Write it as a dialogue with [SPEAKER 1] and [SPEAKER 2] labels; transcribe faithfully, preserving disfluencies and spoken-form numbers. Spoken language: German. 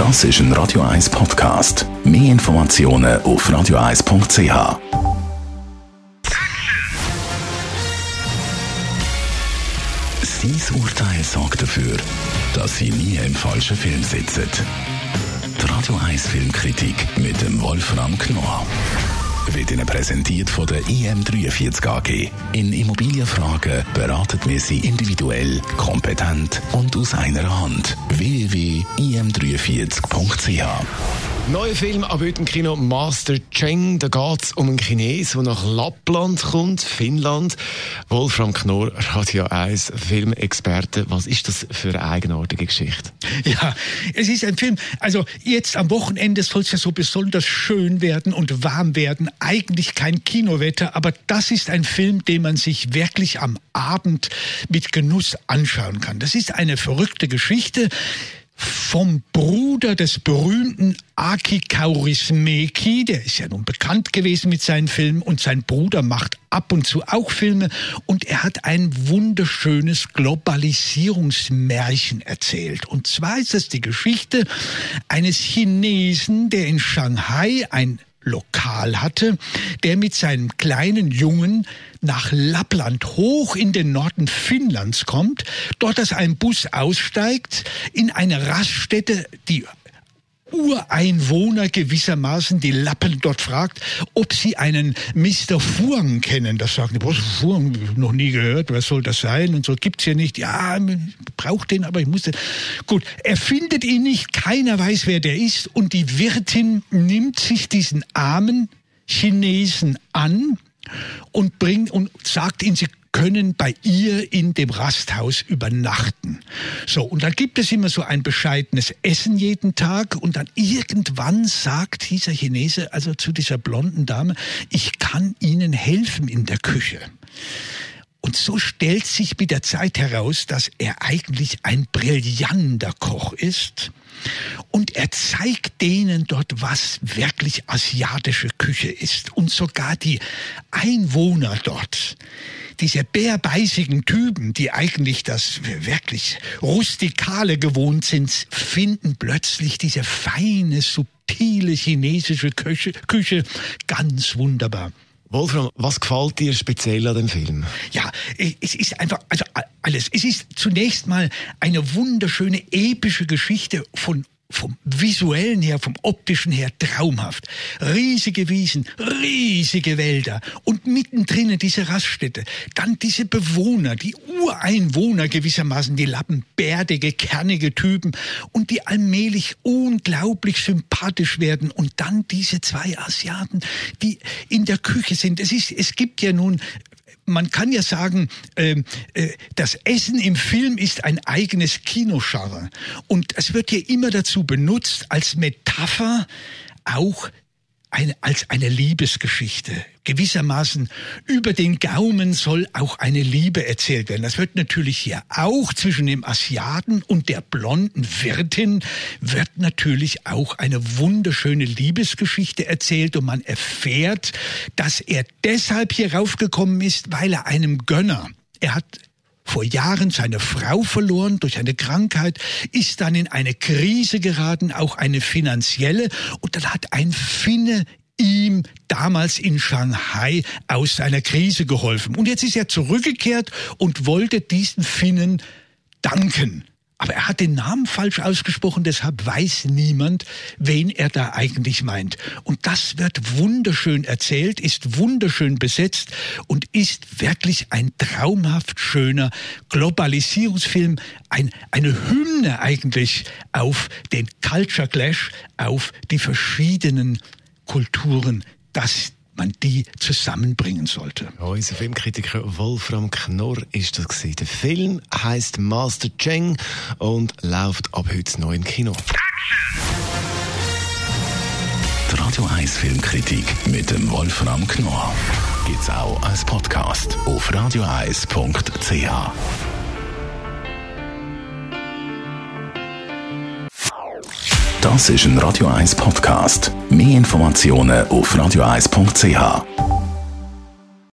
[SPEAKER 1] Das ist ein Radio eins Podcast. Mehr Informationen auf radio eins punkt c h. Sein Urteil sorgt dafür, dass Sie nie im falschen Film sitzen. Die Radio eins Filmkritik mit dem Wolfram Knorr wird Ihnen präsentiert von der I M dreiundvierzig A G. In Immobilienfragen beraten wir Sie individuell, kompetent und aus einer Hand. w w w punkt i m dreiundvierzig punkt c h.
[SPEAKER 2] Neuer Film ab heute im Kino, Master Cheng. Da geht es um einen Chinesen, der nach Lappland kommt, Finnland. Wolfram Knorr, Radio eins Filmexperte. Was ist das für eine eigenartige Geschichte?
[SPEAKER 3] Ja, es ist ein Film, also jetzt am Wochenende soll es ja so besonders schön werden und warm werden. Eigentlich kein Kinowetter, aber das ist ein Film, den man sich wirklich am Abend mit Genuss anschauen kann. Das ist eine verrückte Geschichte vom Bruder des berühmten Aki Kaurismäki, der ist ja nun bekannt gewesen mit seinen Filmen, und sein Bruder macht ab und zu auch Filme, und er hat ein wunderschönes Globalisierungsmärchen erzählt. Und zwar ist es die Geschichte eines Chinesen, der in Shanghai ein Lokal hatte, der mit seinem kleinen Jungen nach Lappland hoch in den Norden Finnlands kommt, dort aus einem Bus aussteigt, in eine Raststätte, die Ureinwohner gewissermaßen, die Lappen dort fragt, ob sie einen Mister Fuang kennen. Das sagen die, was, Fuang, noch nie gehört, was soll das sein? Und so, gibt's hier nicht. Ja, braucht den, aber ich muss den. Gut, er findet ihn nicht, keiner weiß, wer der ist, und die Wirtin nimmt sich diesen armen Chinesen an und bringt und sagt ihm, sie können bei ihr in dem Rasthaus übernachten. So, und dann gibt es immer so ein bescheidenes Essen jeden Tag, und dann irgendwann sagt dieser Chinese also zu dieser blonden Dame, ich kann Ihnen helfen in der Küche. Und so stellt sich mit der Zeit heraus, dass er eigentlich ein brillanter Koch ist. Und er zeigt denen dort, was wirklich asiatische Küche ist. Und sogar die Einwohner dort, diese bärbeißigen Typen, die eigentlich das wirklich Rustikale gewohnt sind, finden plötzlich diese feine, subtile chinesische Küche, Küche ganz wunderbar.
[SPEAKER 2] Wolfram, was gefällt dir speziell an dem Film?
[SPEAKER 3] Ja, es ist einfach, also alles. Es ist zunächst mal eine wunderschöne, epische Geschichte von vom visuellen her, vom optischen her traumhaft. Riesige Wiesen, riesige Wälder und mittendrin diese Raststätte. Dann diese Bewohner, die Ureinwohner gewissermaßen, die Lappen, bärtige, kernige Typen, und die allmählich unglaublich sympathisch werden. Und dann diese zwei Asiaten, die in der Küche sind. Es ist, es gibt ja nun, man kann ja sagen, äh, äh, das Essen im Film ist ein eigenes Kinogenre. Und es wird hier immer dazu benutzt, als Metapher auch eine, als eine Liebesgeschichte. Gewissermaßen über den Gaumen soll auch eine Liebe erzählt werden. Das wird natürlich hier auch zwischen dem Asiaten und der blonden Wirtin wird natürlich auch eine wunderschöne Liebesgeschichte erzählt, und man erfährt, dass er deshalb hier raufgekommen ist, weil er einem Gönner, er hat vor Jahren seine Frau verloren durch eine Krankheit, ist dann in eine Krise geraten, auch eine finanzielle, und dann hat ein Finne ihm damals in Shanghai aus seiner Krise geholfen. Und jetzt ist er zurückgekehrt und wollte diesen Finnen danken. Aber er hat den Namen falsch ausgesprochen, deshalb weiß niemand, wen er da eigentlich meint. Und das wird wunderschön erzählt, ist wunderschön besetzt und ist wirklich ein traumhaft schöner Globalisierungsfilm, ein, eine Hymne eigentlich auf den Culture Clash, auf die verschiedenen Kulturen, dass man die zusammenbringen sollte.
[SPEAKER 2] Ja, unser Filmkritiker Wolfram Knorr ist das gewesen. Der Film heisst Master Cheng und läuft ab heute neu im Kino.
[SPEAKER 1] Die Radio eins Filmkritik mit dem Wolfram Knorr gibt's auch als Podcast auf radio eins punkt c h. Das ist ein Radio eins Podcast. Mehr Informationen auf radio eins punkt c h.